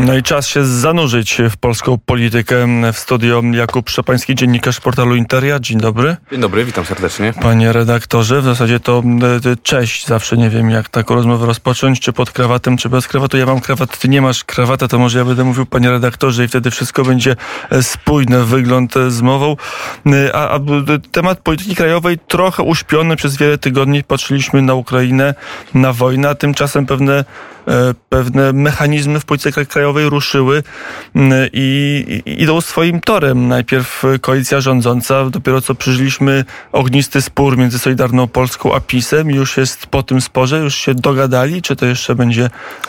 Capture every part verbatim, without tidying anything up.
No i czas się zanurzyć w polską politykę. W studio Jakub Szczepański, dziennikarz portalu Interia. Dzień dobry. Dzień dobry, witam serdecznie. Panie redaktorze, w zasadzie to cześć. Zawsze nie wiem, jak taką rozmowę rozpocząć, czy pod krawatem, czy bez krawatu. Ja mam krawat, ty nie masz krawata, to może ja będę mówił, panie redaktorze, i wtedy wszystko będzie spójne, wygląd z mową. A, a temat polityki krajowej trochę uśpiony przez wiele tygodni. Patrzyliśmy na Ukrainę, na wojnę, a tymczasem pewne pewne mechanizmy w polityce krajowej ruszyły i, i idą swoim torem. Najpierw koalicja rządząca, dopiero co przeżyliśmy ognisty spór między Solidarną Polską a PiS-em. Już jest po tym sporze, już się dogadali, czy to jeszcze będzie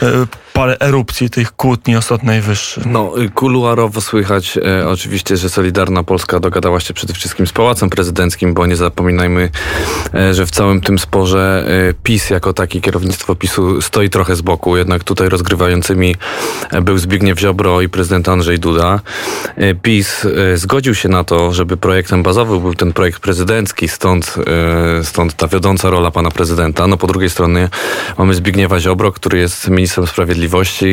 parę erupcji tych kłótni o Sąd Najwyższy? No, kuluarowo słychać e, oczywiście, że Solidarna Polska dogadała się przede wszystkim z Pałacem Prezydenckim, bo nie zapominajmy, e, że w całym tym sporze e, PiS jako taki, kierownictwo PiS-u stoi trochę z boku. Jednak tutaj rozgrywającymi był Zbigniew Ziobro i prezydent Andrzej Duda. E, PiS e, zgodził się na to, żeby projektem bazowym był ten projekt prezydencki, stąd, e, stąd ta wiodąca rola pana prezydenta. No po drugiej stronie mamy Zbigniewa Ziobro, który jest ministrem sprawiedliwości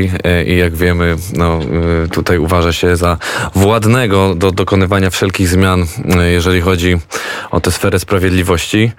i jak wiemy, no, tutaj uważa się za władnego do dokonywania wszelkich zmian, jeżeli chodzi o tę sferę sprawiedliwości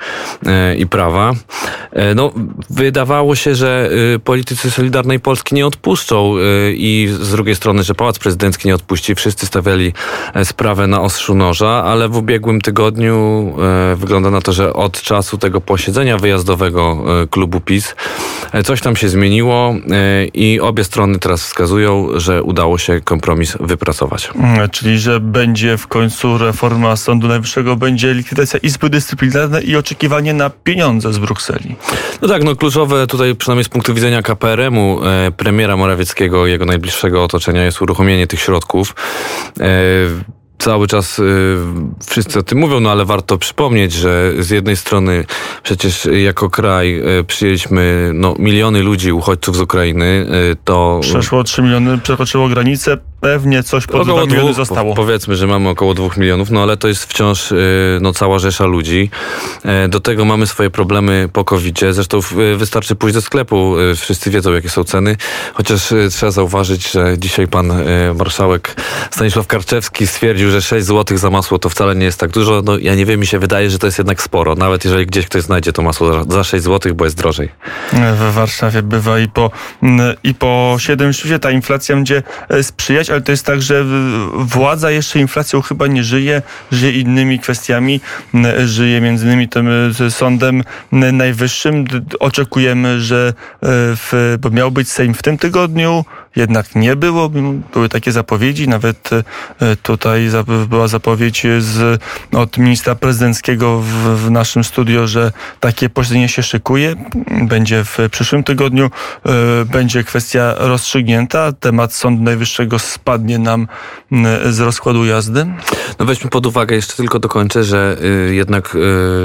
i prawa. No, wydawało się, że politycy Solidarnej Polski nie odpuszczą i z drugiej strony, że Pałac Prezydencki nie odpuści. Wszyscy stawiali sprawę na ostrzu noża, ale w ubiegłym tygodniu wygląda na to, że od czasu tego posiedzenia wyjazdowego klubu PiS coś tam się zmieniło i obie strony teraz wskazują, że udało się kompromis wypracować. Czyli, że będzie w końcu reforma Sądu Najwyższego, będzie likwidacja Izby Dyscyplinarnej i oczekiwanie na pieniądze z Brukseli. No tak, no kluczowe tutaj przynajmniej z punktu widzenia K P R M-u, e, premiera Morawieckiego i jego najbliższego otoczenia jest uruchomienie tych środków. E, Cały czas y, wszyscy o tym mówią, no ale warto przypomnieć, że z jednej strony przecież jako kraj y, przyjęliśmy no, miliony ludzi, uchodźców z Ukrainy, y, to... Przeszło trzy miliony, przekroczyło granicę, pewnie coś pod dwa miliony zostało. Po, powiedzmy, że mamy około dwóch milionów, no ale to jest wciąż y, no, cała rzesza ludzi. Y, do tego mamy swoje problemy po kowidzie. Zresztą y, wystarczy pójść do sklepu, y, wszyscy wiedzą, jakie są ceny, chociaż y, trzeba zauważyć, że dzisiaj pan y, marszałek Stanisław Karczewski stwierdził, że sześć złotych za masło to wcale nie jest tak dużo. No ja nie wiem, mi się wydaje, że to jest jednak sporo. Nawet jeżeli gdzieś ktoś znajdzie to masło za sześć złotych, bo jest drożej. We Warszawie bywa i po, i po siedem. Ta inflacja będzie sprzyjać, ale to jest tak, że władza jeszcze inflacją chyba nie żyje, żyje innymi kwestiami, żyje między innymi tym Sądem Najwyższym. Oczekujemy, że w, bo miał być Sejm w tym tygodniu, jednak nie było. Były takie zapowiedzi, nawet tutaj była zapowiedź z, od ministra prezydenckiego w, w naszym studio, że takie posiedzenie się szykuje. Będzie w przyszłym tygodniu, będzie kwestia rozstrzygnięta. Temat Sądu Najwyższego spadnie nam z rozkładu jazdy. No weźmy pod uwagę, jeszcze tylko dokończę, że y, jednak...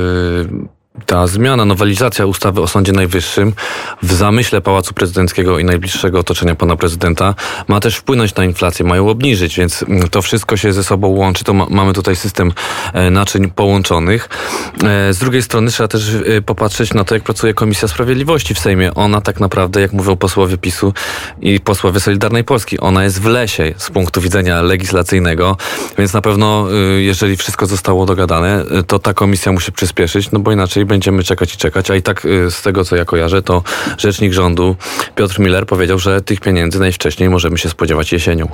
Y, ta zmiana, nowelizacja ustawy o Sądzie Najwyższym w zamyśle Pałacu Prezydenckiego i najbliższego otoczenia pana prezydenta ma też wpłynąć na inflację, mają obniżyć, więc to wszystko się ze sobą łączy. To ma, mamy tutaj system e, naczyń połączonych. E, z drugiej strony trzeba też e, popatrzeć na to, jak pracuje Komisja Sprawiedliwości w Sejmie. Ona tak naprawdę, jak mówią posłowie PiS-u i posłowie Solidarnej Polski, ona jest w lesie z punktu widzenia legislacyjnego, więc na pewno, e, jeżeli wszystko zostało dogadane, e, to ta komisja musi przyspieszyć, no bo inaczej będziemy czekać i czekać, a i tak z tego, co ja kojarzę, to rzecznik rządu Piotr Miller powiedział, że tych pieniędzy najwcześniej możemy się spodziewać jesienią.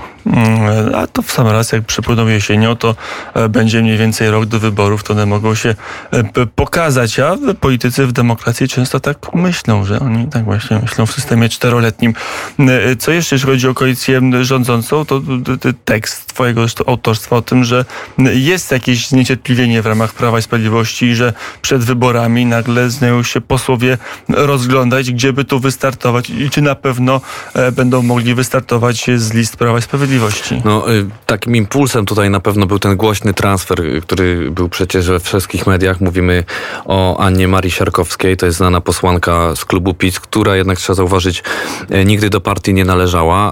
A to w sam raz, jak przypłyną jesienią, to będzie mniej więcej rok do wyborów, to one mogą się pokazać, a politycy w demokracji często tak myślą, że oni tak właśnie myślą w systemie czteroletnim. Co jeszcze, jeśli chodzi o koalicję rządzącą, to tekst twojego zresztą autorstwa o tym, że jest jakieś zniecierpliwienie w ramach Prawa i Sprawiedliwości i że przed wyborami nagle znają się posłowie rozglądać, gdzie by tu wystartować i czy na pewno e, będą mogli wystartować z list Prawa i Sprawiedliwości. No, y, takim impulsem tutaj na pewno był ten głośny transfer, który był przecież we wszystkich mediach. Mówimy o Annie Marii Siarkowskiej, to jest znana posłanka z klubu PiS, która jednak, trzeba zauważyć, e, nigdy do partii nie należała,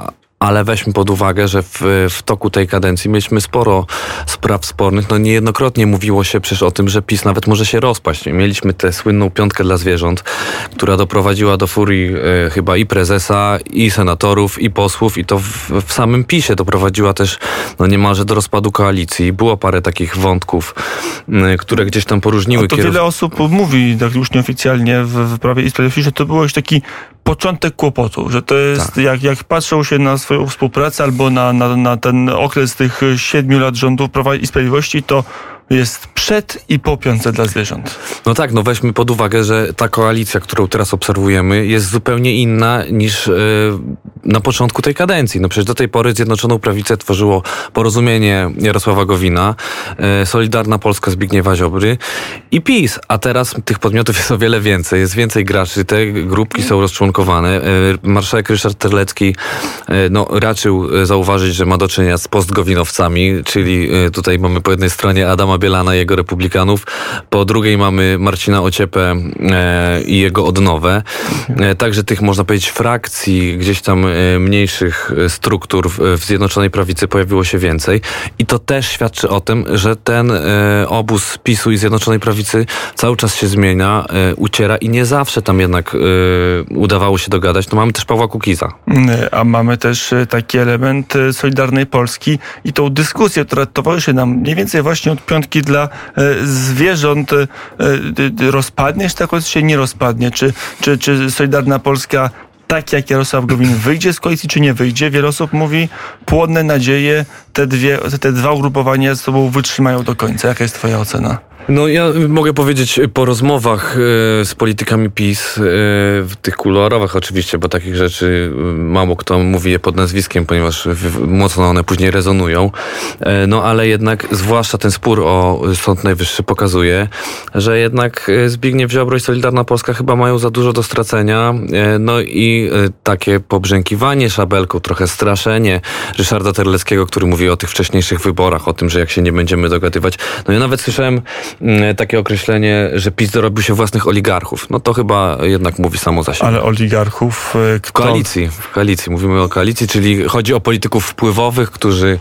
ale weźmy pod uwagę, że w, w toku tej kadencji mieliśmy sporo spraw spornych. No niejednokrotnie mówiło się przecież o tym, że PiS nawet może się rozpaść. Mieliśmy tę słynną piątkę dla zwierząt, która doprowadziła do furii e, chyba i prezesa, i senatorów, i posłów, i to w, w samym PiSie doprowadziła też no niemalże do rozpadu koalicji. Było parę takich wątków, e, które gdzieś tam poróżniły. A to kierów... wiele osób mówi, tak już nieoficjalnie w, w Prawie i Sprawiedliwości, że to był już taki początek kłopotu, że to jest, tak. jak, jak patrzą się na swoją współpracę albo na, na, na ten okres tych siedmiu lat rządów Prawa i Sprawiedliwości, to jest przed i po piątce dla zwierząt. No tak, no weźmy pod uwagę, że ta koalicja, którą teraz obserwujemy, jest zupełnie inna niż yy, na początku tej kadencji. No przecież do tej pory Zjednoczoną Prawicę tworzyło Porozumienie Jarosława Gowina, yy, Solidarna Polska Zbigniewa Ziobry i PiS, a teraz tych podmiotów jest o wiele więcej. Jest więcej graczy, te grupki są rozczłonkowane. Yy, marszałek Ryszard Terlecki yy, no, raczył zauważyć, że ma do czynienia z postgowinowcami, czyli yy, tutaj mamy po jednej stronie Adama Bielana i jego republikanów. Po drugiej mamy Marcina Ociepę e, i jego odnowę. E, także tych, można powiedzieć, frakcji, gdzieś tam e, mniejszych struktur w, w Zjednoczonej Prawicy pojawiło się więcej. I to też świadczy o tym, że ten e, obóz PiSu i Zjednoczonej Prawicy cały czas się zmienia, e, uciera i nie zawsze tam jednak e, udawało się dogadać. No mamy też Pawła Kukiza. A mamy też taki element Solidarnej Polski i tą dyskusję, która towarzyszy nam mniej więcej właśnie od piątki dla e, zwierząt e, e, rozpadnie, czy tak się nie rozpadnie? Czy, czy, czy Solidarna Polska, tak jak Jarosław Gowin, wyjdzie z koalicji, czy nie wyjdzie? Wiele osób mówi, płonne nadzieje, te, dwie, te dwa ugrupowania z sobą wytrzymają do końca. Jaka jest twoja ocena? No ja mogę powiedzieć po rozmowach y, z politykami PiS, y, w tych kuluarowych oczywiście, bo takich rzeczy y, mało kto mówi je pod nazwiskiem, ponieważ w, mocno one później rezonują. Y, no ale jednak, zwłaszcza ten spór o Sąd Najwyższy pokazuje, że jednak Zbigniew Ziobro i Solidarna Polska chyba mają za dużo do stracenia. Y, no i y, takie pobrzękiwanie szabelką, trochę straszenie Ryszarda Terleckiego, który mówi o tych wcześniejszych wyborach, o tym, że jak się nie będziemy dogadywać. No ja nawet słyszałem takie określenie, że PiS dorobił się własnych oligarchów. No to chyba jednak mówi samo za siebie. Ale oligarchów... Kto... W koalicji. W koalicji. Mówimy o koalicji, czyli chodzi o polityków wpływowych, którzy...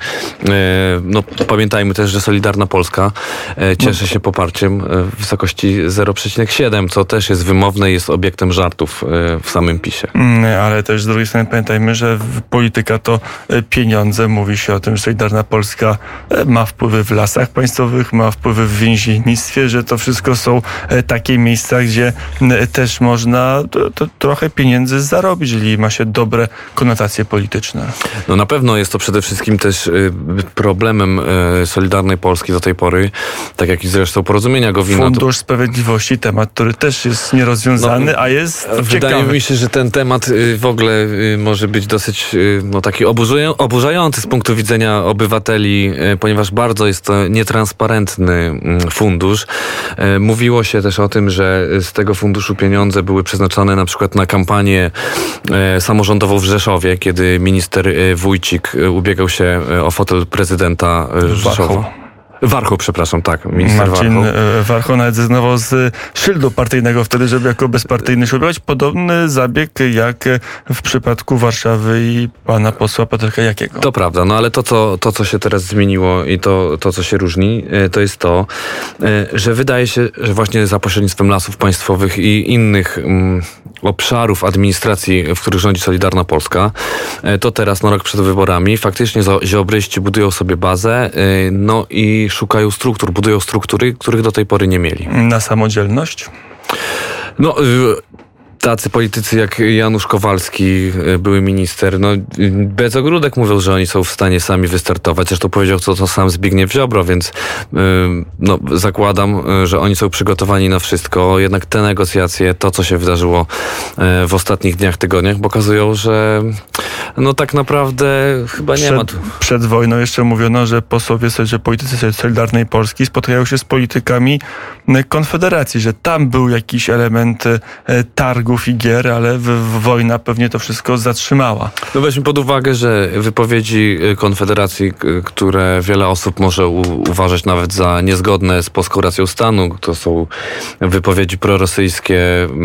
No pamiętajmy też, że Solidarna Polska cieszy się poparciem w wysokości zero przecinek siedem, co też jest wymowne i jest obiektem żartów w samym PiSie. Ale też z drugiej strony pamiętajmy, że polityka to pieniądze. Mówi się o tym, że Solidarna Polska ma wpływy w lasach państwowych, ma wpływy w więzieniu, że to wszystko są takie miejsca, gdzie też można to, to trochę pieniędzy zarobić, jeżeli ma się dobre konotacje polityczne. No na pewno jest to przede wszystkim też problemem Solidarnej Polski do tej pory, tak jak i zresztą Porozumienia Gowina. Fundusz to... Sprawiedliwości, temat, który też jest nierozwiązany, no, a jest wydaje ciekawy. mi się, że ten temat w ogóle może być dosyć no, taki oburzający z punktu widzenia obywateli, ponieważ bardzo jest to nietransparentny fundusz. Mówiło się też o tym, że z tego funduszu pieniądze były przeznaczone na przykład na kampanię samorządową w Rzeszowie, kiedy minister Wójcik ubiegał się o fotel prezydenta Rzeszowa. Warchoł, przepraszam, tak. Minister Marcin Warchoł. Warchoł nawet zrezygnował z szyldu partyjnego wtedy, żeby jako bezpartyjny się odbywać. Podobny zabieg jak w przypadku Warszawy i pana posła Patryka Jakiego. To prawda, no ale to, co, to, co się teraz zmieniło i to, to, co się różni, to jest to, że wydaje się, że właśnie za pośrednictwem Lasów Państwowych i innych um, obszarów administracji, w których rządzi Solidarna Polska, to teraz, no rok przed wyborami, faktycznie ziobryści budują sobie bazę, no i szukają struktur, budują struktury, których do tej pory nie mieli. Na samodzielność? No... Tacy politycy jak Janusz Kowalski, były minister, no bez ogródek mówią, że oni są w stanie sami wystartować. Zresztą powiedział to, to sam Zbigniew Ziobro, więc no, zakładam, że oni są przygotowani na wszystko. Jednak te negocjacje, to co się wydarzyło w ostatnich dniach, tygodniach, pokazują, że no tak naprawdę chyba nie przed, ma tu. Przed wojną jeszcze mówiono, że posłowie, że politycy Solidarnej Polski spotykają się z politykami Konfederacji, że tam był jakiś element targu targów i gier, ale w, w wojna pewnie to wszystko zatrzymała. No weźmy pod uwagę, że wypowiedzi Konfederacji, które wiele osób może u, uważać nawet za niezgodne z polską racją stanu, to są wypowiedzi prorosyjskie,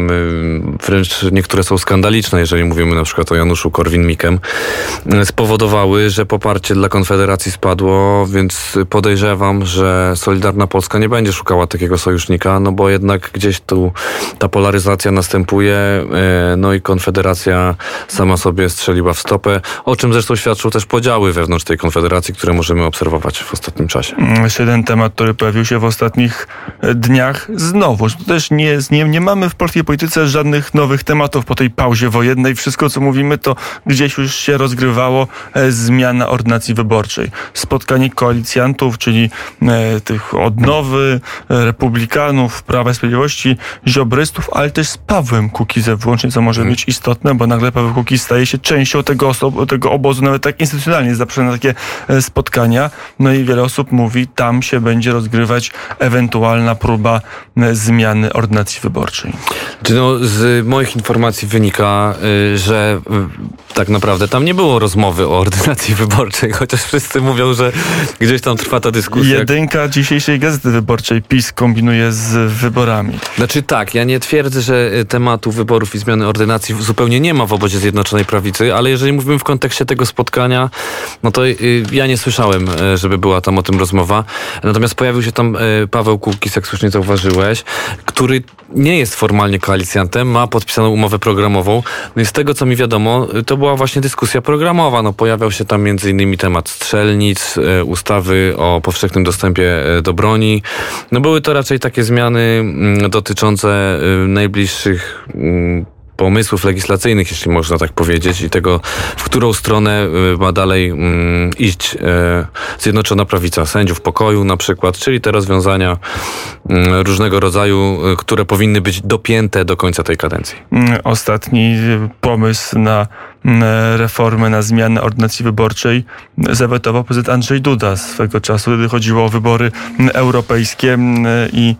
wręcz niektóre są skandaliczne, jeżeli mówimy na przykład o Januszu Korwin-Mikkem, spowodowały, że poparcie dla Konfederacji spadło, więc podejrzewam, że Solidarna Polska nie będzie szukała takiego sojusznika, no bo jednak gdzieś tu ta polaryzacja następuje, no i Konfederacja sama sobie strzeliła w stopę, o czym zresztą świadczą też podziały wewnątrz tej Konfederacji, które możemy obserwować w ostatnim czasie. Jeszcze jeden temat, który pojawił się w ostatnich dniach. Znowu, to też nie, jest, nie, nie mamy w polskiej polityce żadnych nowych tematów po tej pauzie wojennej. Wszystko, co mówimy, to gdzieś już się rozgrywało e, zmiana ordynacji wyborczej. Spotkanie koalicjantów, czyli e, tych odnowy, e, republikanów, Prawa i Sprawiedliwości, ziobrystów, ale też z Pawłem Kukizem włącznie, co może być istotne, bo nagle Paweł Kukiz staje się częścią tego, oso- tego obozu, nawet tak instytucjonalnie jest zaproszony na takie e, spotkania. No i wiele osób mówi, tam się będzie rozgrywać ewentualna próba e, zmiany ordynacji wyborczej. No, z moich informacji wynika, y, że y, tak naprawdę tam nie było rozmowy o ordynacji wyborczej, chociaż wszyscy mówią, że gdzieś tam trwa ta dyskusja. Jedynka dzisiejszej Gazety Wyborczej PiS kombinuje z wyborami. Znaczy tak, ja nie twierdzę, że tematu wyborów i zmiany ordynacji zupełnie nie ma w obozie Zjednoczonej Prawicy, ale jeżeli mówimy w kontekście tego spotkania, no to y, ja nie słyszałem, y, żeby była tam o tym rozmowa. Natomiast pojawił się tam y, Paweł Kukiz, jak słusznie zauważyłeś, który nie jest formalnie koalicjantem, ma podpisaną umowę programową. No i z tego, co mi wiadomo, to była właśnie dyskusja programowa. No, pojawiał się tam między innymi temat strzelnic, y, ustawy o powszechnym dostępie y, do broni. No były to raczej takie zmiany y, dotyczące y, najbliższych y, pomysłów legislacyjnych, jeśli można tak powiedzieć, i tego, w którą stronę ma dalej um, iść e, Zjednoczona Prawica, sędziów pokoju na przykład, czyli te rozwiązania um, różnego rodzaju, które powinny być dopięte do końca tej kadencji. Ostatni pomysł na reformę, na zmianę ordynacji wyborczej zawetował prezydent Andrzej Duda swego czasu, kiedy chodziło o wybory europejskie i,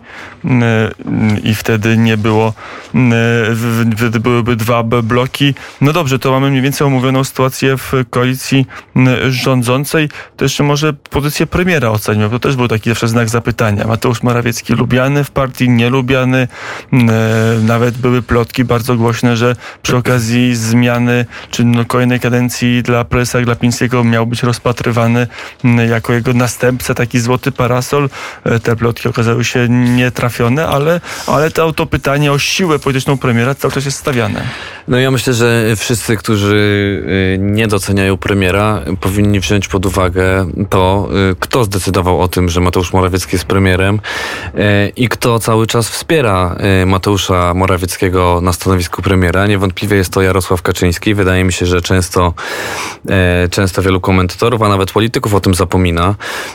i wtedy nie było, wtedy byłyby dwa bloki. No dobrze, to mamy mniej więcej omówioną sytuację w koalicji rządzącej. To jeszcze może pozycję premiera ocenimy, to też był taki zawsze znak zapytania. Mateusz Morawiecki lubiany w partii, nielubiany. Nawet były plotki bardzo głośne, że przy okazji zmiany czy no, kolejnej kadencji dla prezesa Glapińskiego miał być rozpatrywany jako jego następca, taki złoty parasol. Te plotki okazały się nietrafione, ale, ale to, to pytanie o siłę polityczną premiera cały czas jest stawiane. No ja myślę, że wszyscy, którzy nie doceniają premiera, powinni wziąć pod uwagę to, kto zdecydował o tym, że Mateusz Morawiecki jest premierem i kto cały czas wspiera Mateusza Morawieckiego na stanowisku premiera. Niewątpliwie jest to Jarosław Kaczyński. Wydaje mi się, że często, często wielu komentatorów, a nawet polityków o tym zapomina.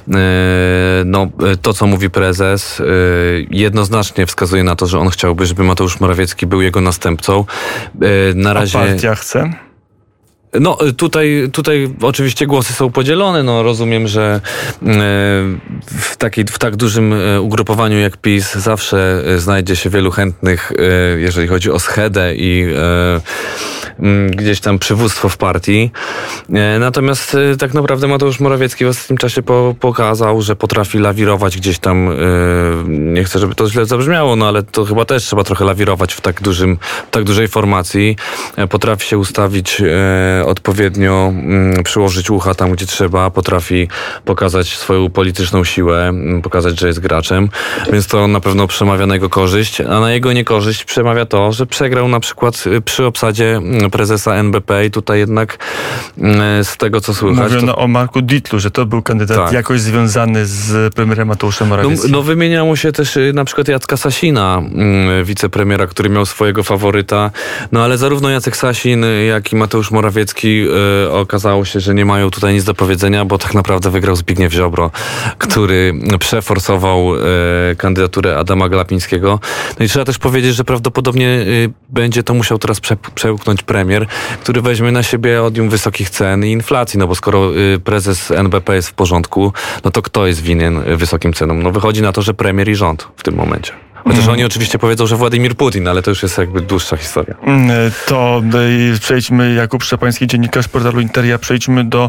No, to, co mówi prezes, jednoznacznie wskazuje na to, że on chciałby, żeby Mateusz Morawiecki był jego następcą. Na razie... A partia chce? No tutaj, tutaj oczywiście głosy są podzielone. No rozumiem, że w, takiej, w tak dużym ugrupowaniu jak PiS zawsze znajdzie się wielu chętnych, jeżeli chodzi o schedę i gdzieś tam przywództwo w partii. Natomiast tak naprawdę Mateusz Morawiecki w ostatnim czasie po, pokazał, że potrafi lawirować gdzieś tam, nie chcę, żeby to źle zabrzmiało, no ale to chyba też trzeba trochę lawirować w tak dużym, w tak dużej formacji. Potrafi się ustawić odpowiednio, mm, przyłożyć ucha tam, gdzie trzeba, potrafi pokazać swoją polityczną siłę, pokazać, że jest graczem, więc to na pewno przemawia na jego korzyść, a na jego niekorzyść przemawia to, że przegrał na przykład przy obsadzie prezesa N B P i tutaj jednak z tego, co słychać... Mówiono to... o Marku Dittlu, że to był kandydat tak. jakoś związany z premierem Mateuszem Morawieckim. No, no wymieniało się też na przykład Jacka Sasina, wicepremiera, który miał swojego faworyta, no ale zarówno Jacek Sasin, jak i Mateusz Morawiecki e, okazało się, że nie mają tutaj nic do powiedzenia, bo tak naprawdę wygrał Zbigniew Ziobro, który przeforsował e, kandydaturę Adama Glapińskiego. No i trzeba też powiedzieć, że prawdopodobnie e, będzie to musiał teraz prze, przełknąć premier, który weźmie na siebie odium wysokich cen i inflacji, no bo skoro e, prezes N B P jest w porządku, no to kto jest winien wysokim cenom? No wychodzi na to, że premier i rząd w tym momencie. Chociaż mm. oni oczywiście powiedzą, że Władimir Putin, ale to już jest jakby dłuższa historia. To przejdźmy, Jakub Szczepański, dziennikarz portalu Interia, przejdźmy do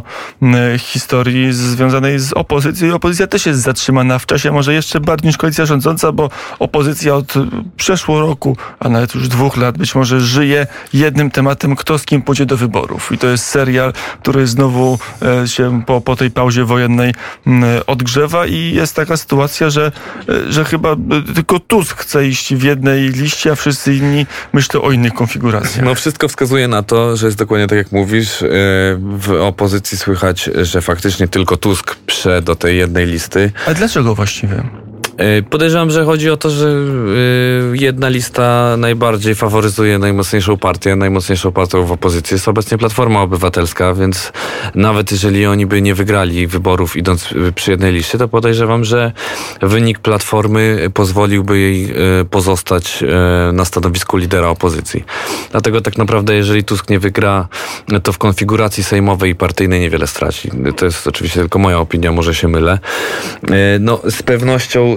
historii związanej z opozycją. I opozycja też jest zatrzymana w czasie, może jeszcze bardziej niż koalicja rządząca, bo opozycja od przeszło roku, a nawet już dwóch lat być może żyje jednym tematem, kto z kim pójdzie do wyborów. I to jest serial, który znowu się po, po tej pauzie wojennej odgrzewa i jest taka sytuacja, że, że chyba tylko Tusk chce iść w jednej liście, a wszyscy inni myślą o innych konfiguracjach. No wszystko wskazuje na to, że jest dokładnie tak jak mówisz. W opozycji słychać, że faktycznie tylko Tusk przed do tej jednej listy. A dlaczego właściwie? Podejrzewam, że chodzi o to, że jedna lista najbardziej faworyzuje najmocniejszą partię. Najmocniejszą partią w opozycji jest obecnie Platforma Obywatelska, więc nawet jeżeli oni by nie wygrali wyborów idąc przy jednej liście, to podejrzewam, że wynik Platformy pozwoliłby jej pozostać na stanowisku lidera opozycji. Dlatego tak naprawdę, jeżeli Tusk nie wygra, to w konfiguracji sejmowej i partyjnej niewiele straci. To jest oczywiście tylko moja opinia, może się mylę. No, z pewnością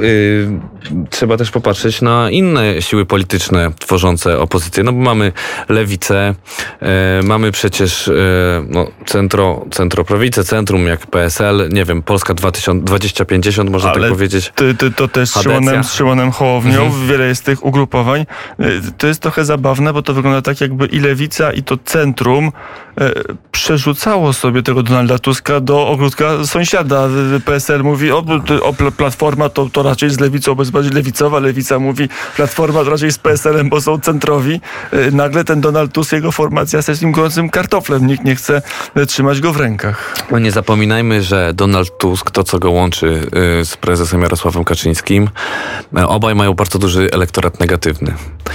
trzeba też popatrzeć na inne siły polityczne tworzące opozycję. No bo mamy lewicę, e, mamy przecież e, no, centro, centroprawicę, centrum jak P S L, nie wiem, Polska dwa tysiące pięćdziesiąt, można ale tak powiedzieć. Ty, ty, to też z Szymonem, z Szymonem Hołownią, mhm. wiele jest tych ugrupowań. To jest trochę zabawne, bo to wygląda tak, jakby i lewica, i to centrum e, przerzucało sobie tego Donalda Tuska do ogródka sąsiada. P S L mówi, o, o Platforma to, to raczej z lewicą, bo jest bardziej lewicowa. Lewica mówi, Platforma to raczej z P S L-em, bo są centrowi. Nagle ten Donald Tusk, jego formacja jest takim gorącym kartoflem. Nikt nie chce trzymać go w rękach. No nie zapominajmy, że Donald Tusk, to co go łączy z prezesem Jarosławem Kaczyńskim, obaj mają bardzo duży elektorat negatywny.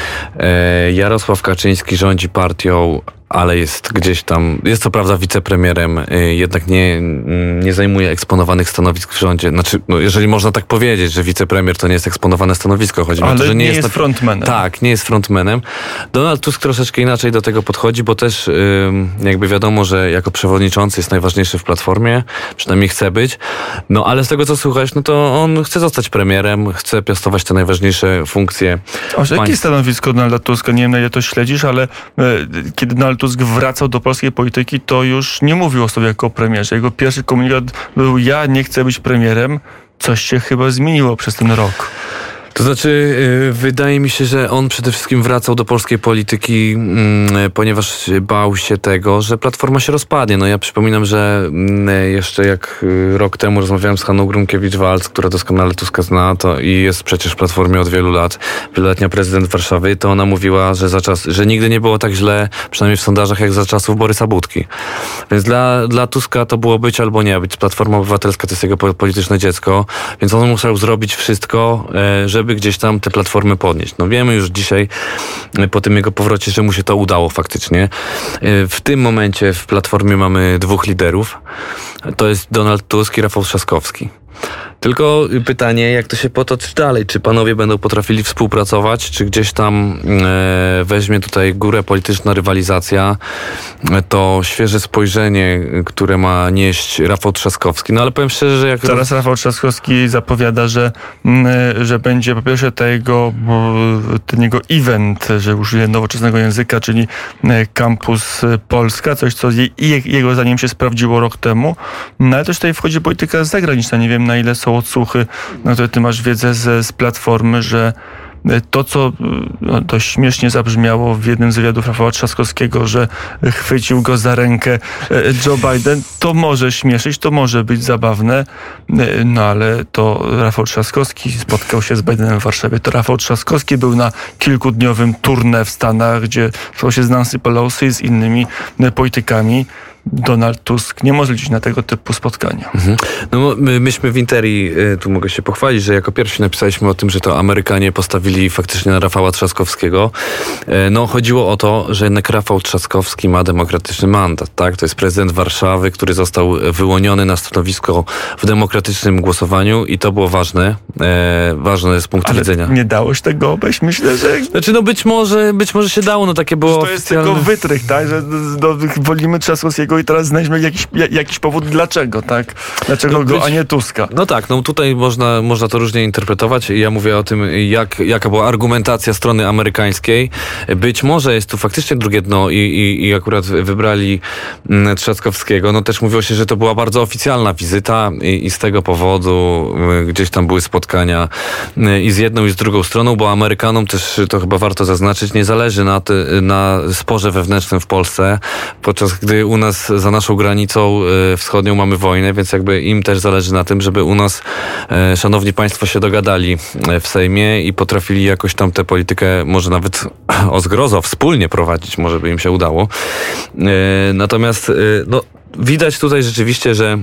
Jarosław Kaczyński rządzi partią, ale jest gdzieś tam, jest co prawda wicepremierem, jednak nie, nie zajmuje eksponowanych stanowisk w rządzie. Znaczy, no jeżeli można tak powiedzieć, że wicepremier to nie jest eksponowane stanowisko. Chodzi ale o to, że nie, nie jest, jest na... frontmanem. Tak, nie jest frontmanem. Donald Tusk troszeczkę inaczej do tego podchodzi, bo też jakby wiadomo, że jako przewodniczący jest najważniejszy w Platformie, przynajmniej chce być. No ale z tego co słuchać, no to on chce zostać premierem, chce piastować te najważniejsze funkcje. A jakie jest stanowisko Donalda Tuska? Nie wiem, na ile to śledzisz, ale e, kiedy Donald Tusk wracał do polskiej polityki, to już nie mówił o sobie jako o premierze. Jego pierwszy komunikat był: ja nie chcę być premierem. Coś się chyba zmieniło przez ten rok. To znaczy, yy, wydaje mi się, że on przede wszystkim wracał do polskiej polityki, yy, ponieważ bał się tego, że Platforma się rozpadnie. No ja przypominam, że yy, jeszcze jak yy, rok temu rozmawiałem z Hanną Gronkiewicz-Waltz, która doskonale Tuska zna, to i jest przecież w Platformie od wielu lat, wieloletnia prezydent Warszawy, to ona mówiła, że za czas, że nigdy nie było tak źle, przynajmniej w sondażach, jak za czasów Borysa Budki. Więc dla, dla Tuska to było być albo nie być. Platforma Obywatelska to jest jego polityczne dziecko, więc on musiał zrobić wszystko, yy, żeby żeby gdzieś tam te platformy podnieść. No wiemy już dzisiaj, po tym jego powrocie, że mu się to udało faktycznie. W tym momencie w Platformie mamy dwóch liderów. To jest Donald Tusk i Rafał Trzaskowski. Tylko pytanie, jak to się potoczy dalej? Czy panowie będą potrafili współpracować? Czy gdzieś tam e, weźmie tutaj górę polityczna rywalizacja? To świeże spojrzenie, które ma nieść Rafał Trzaskowski. No ale powiem szczerze, że jak... Teraz Rafał Trzaskowski zapowiada, że, że będzie po pierwsze ten jego, ten jego event, że użyje nowoczesnego języka, czyli Campus Polska, coś co jego zdaniem się sprawdziło rok temu. No ale też tutaj wchodzi polityka zagraniczna. Nie wiem, na ile są odsłuchy, na które ty masz wiedzę z, z Platformy, że to, co no, dość śmiesznie zabrzmiało w jednym z wywiadów Rafała Trzaskowskiego, że chwycił go za rękę Joe Biden, to może śmieszyć, to może być zabawne, no ale to Rafał Trzaskowski spotkał się z Bidenem w Warszawie. To Rafał Trzaskowski był na kilkudniowym tournée w Stanach, gdzie spotkał się z Nancy Pelosi, z innymi politykami. Donald Tusk nie może liczyć na tego typu spotkania. Mhm. No my, myśmy w Interii, tu mogę się pochwalić, że jako pierwsi napisaliśmy o tym, że to Amerykanie postawili faktycznie na Rafała Trzaskowskiego. No chodziło o to, że jednak Rafał Trzaskowski ma demokratyczny mandat, tak? To jest prezydent Warszawy, który został wyłoniony na stanowisko w demokratycznym głosowaniu i to było ważne. E, ważne z punktu Ale widzenia. nie dało się tego obejść? Myślę, że... Znaczy no być może, być może się dało, no takie było to jest oficjalne... tylko wytrych, tak? Że no, wolimy Trzaskowskiego Trzaskowskiego i teraz znajdźmy jakiś, jakiś powód dlaczego, tak? Dlaczego no, go, być, a nie Tuska? No tak, no tutaj można, można to różnie interpretować. Ja mówię o tym, jak, jaka była argumentacja strony amerykańskiej. Być może jest tu faktycznie drugie dno i, i, i akurat wybrali Trzaskowskiego. No też mówiło się, że to była bardzo oficjalna wizyta i, i z tego powodu gdzieś tam były spotkania i z jedną i z drugą stroną, bo Amerykanom też, to chyba warto zaznaczyć, nie zależy na, ty, na sporze wewnętrznym w Polsce, podczas gdy u nas za naszą granicą wschodnią mamy wojnę, więc jakby im też zależy na tym, żeby u nas szanowni państwo się dogadali w Sejmie i potrafili jakoś tam tę politykę może nawet o zgrozo wspólnie prowadzić, może by im się udało. Natomiast no widać tutaj rzeczywiście, że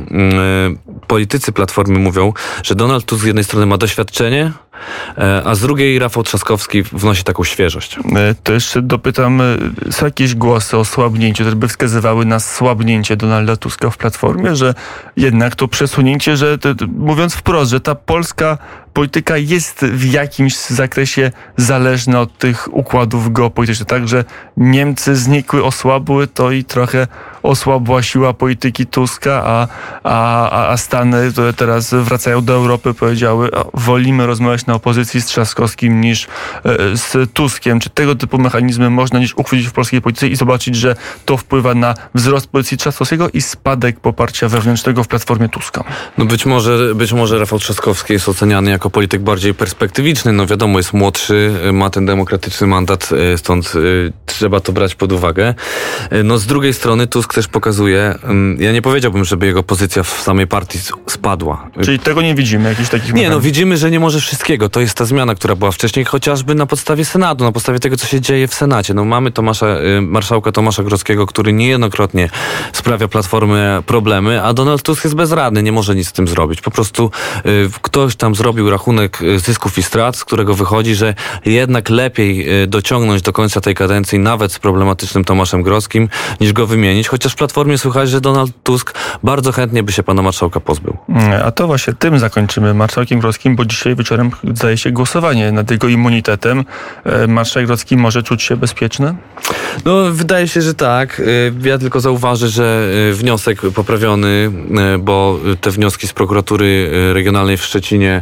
y, politycy Platformy mówią, że Donald Tusk z jednej strony ma doświadczenie, y, a z drugiej Rafał Trzaskowski wnosi taką świeżość. To jeszcze dopytam, są jakieś głosy o słabnięciu, które by wskazywały na słabnięcie Donalda Tuska w Platformie, że jednak to przesunięcie, że to, mówiąc wprost, że ta polska polityka jest w jakimś zakresie zależna od tych układów geopolitycznych. Także Niemcy znikły, osłabły, to i trochę osłabła siła polityki Tuska, a, a, a Stany, które teraz wracają do Europy, powiedziały, o, wolimy rozmawiać na opozycji z Trzaskowskim niż e, z Tuskiem. Czy tego typu mechanizmy można gdzieś uchwycić w polskiej polityce i zobaczyć, że to wpływa na wzrost pozycji Trzaskowskiego i spadek poparcia wewnętrznego w Platformie Tuska? No być może, być może Rafał Trzaskowski jest oceniany jako polityk bardziej perspektywiczny. No wiadomo, jest młodszy, ma ten demokratyczny mandat, stąd trzeba to brać pod uwagę. No z drugiej strony Tusk też pokazuje, ja nie powiedziałbym, żeby jego pozycja w samej partii spadła. Czyli tego nie widzimy, jakichś takich... Nie, no widzimy, że nie może wszystkiego. To jest ta zmiana, która była wcześniej, chociażby na podstawie Senatu, na podstawie tego, co się dzieje w Senacie. No mamy Tomasza, marszałka Tomasza Grodzkiego, który niejednokrotnie sprawia Platformie problemy, a Donald Tusk jest bezradny, nie może nic z tym zrobić. Po prostu y, ktoś tam zrobił rachunek zysków i strat, z którego wychodzi, że jednak lepiej dociągnąć do końca tej kadencji nawet z problematycznym Tomaszem Grodzkim, niż go wymienić, chociaż w Platformie słychać, że Donald Tusk bardzo chętnie by się pana marszałka pozbył. A to właśnie tym zakończymy marszałkiem Grodzkim, bo dzisiaj wieczorem zdaje się głosowanie nad jego immunitetem. Marszałek Grodzki może czuć się bezpieczny? No, wydaje się, że tak. Ja tylko zauważę, że wniosek poprawiony, bo te wnioski z prokuratury regionalnej w Szczecinie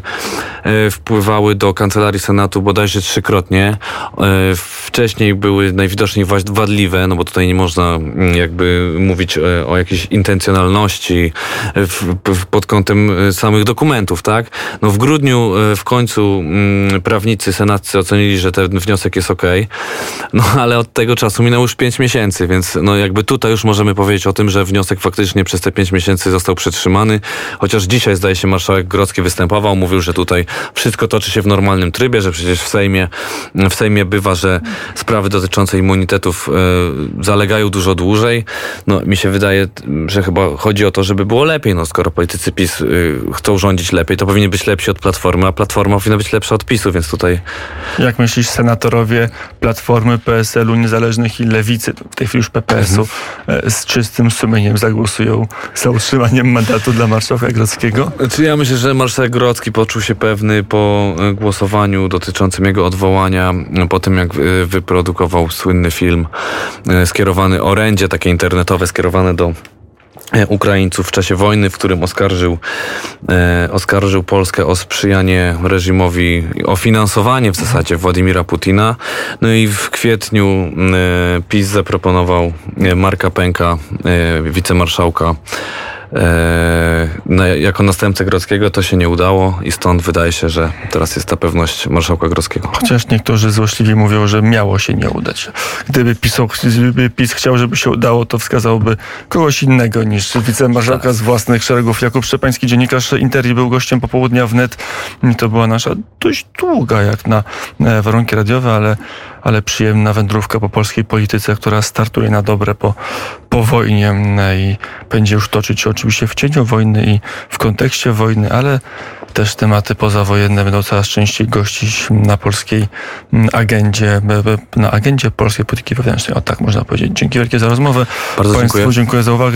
wpływały do Kancelarii Senatu bodajże trzykrotnie. Wcześniej były najwidoczniej wadliwe, no bo tutaj nie można jakby mówić o jakiejś intencjonalności w, w, pod kątem samych dokumentów, tak? No w grudniu w końcu prawnicy senaccy ocenili, że ten wniosek jest okej, no ale od tego czasu minęło już pięć miesięcy, więc no jakby tutaj już możemy powiedzieć o tym, że wniosek faktycznie przez te pięć miesięcy został przetrzymany, chociaż dzisiaj zdaje się marszałek Grodzki występował, mówił, że tutaj wszystko toczy się w normalnym trybie, że przecież w Sejmie, w Sejmie bywa, że sprawy dotyczące immunitetów e, zalegają dużo dłużej. No mi się wydaje, że chyba chodzi o to, żeby było lepiej. No skoro politycy PiS y, chcą rządzić lepiej, to powinni być lepsi od Platformy, a Platforma powinna być lepsza od PiSu, więc tutaj... Jak myślisz, senatorowie Platformy, P S L u, Niezależnych i Lewicy, w tej chwili już P P S u, mhm. z czystym sumieniem zagłosują za utrzymaniem mandatu dla marszałka Grodzkiego? Czy ja myślę, że marszałek Grodzki poczuł się pewny po głosowaniu dotyczącym jego odwołania, po tym jak wyprodukował słynny film skierowany, orędzie takie internetowe skierowane do Ukraińców w czasie wojny, w którym oskarżył, e, oskarżył Polskę o sprzyjanie reżimowi, o finansowanie w zasadzie Władimira Putina. No i w kwietniu e, PiS zaproponował Marka Pęka, e, wicemarszałka, E, na, jako następcę Grodzkiego. To się nie udało i stąd wydaje się, że teraz jest ta pewność marszałka Grodzkiego. Chociaż niektórzy złośliwi mówią, że miało się nie udać. Gdyby PiS, gdyby PiS chciał, żeby się udało, to wskazałby kogoś innego niż wicemarszałka tak. z własnych szeregów. Jakub Szczepański, dziennikarz Interii, był gościem popołudnia wnet. To była nasza dość długa jak na warunki radiowe, ale, ale przyjemna wędrówka po polskiej polityce, która startuje na dobre po, po wojnie i będzie już toczyć się oczywiście w cieniu wojny i w kontekście wojny, ale też tematy pozawojenne będą coraz częściej gościć na polskiej agendzie, na agendzie polskiej polityki wewnętrznej. O tak można powiedzieć. Dzięki wielkie za rozmowę. Bardzo Państwu dziękuję. Dziękuję za uwagę.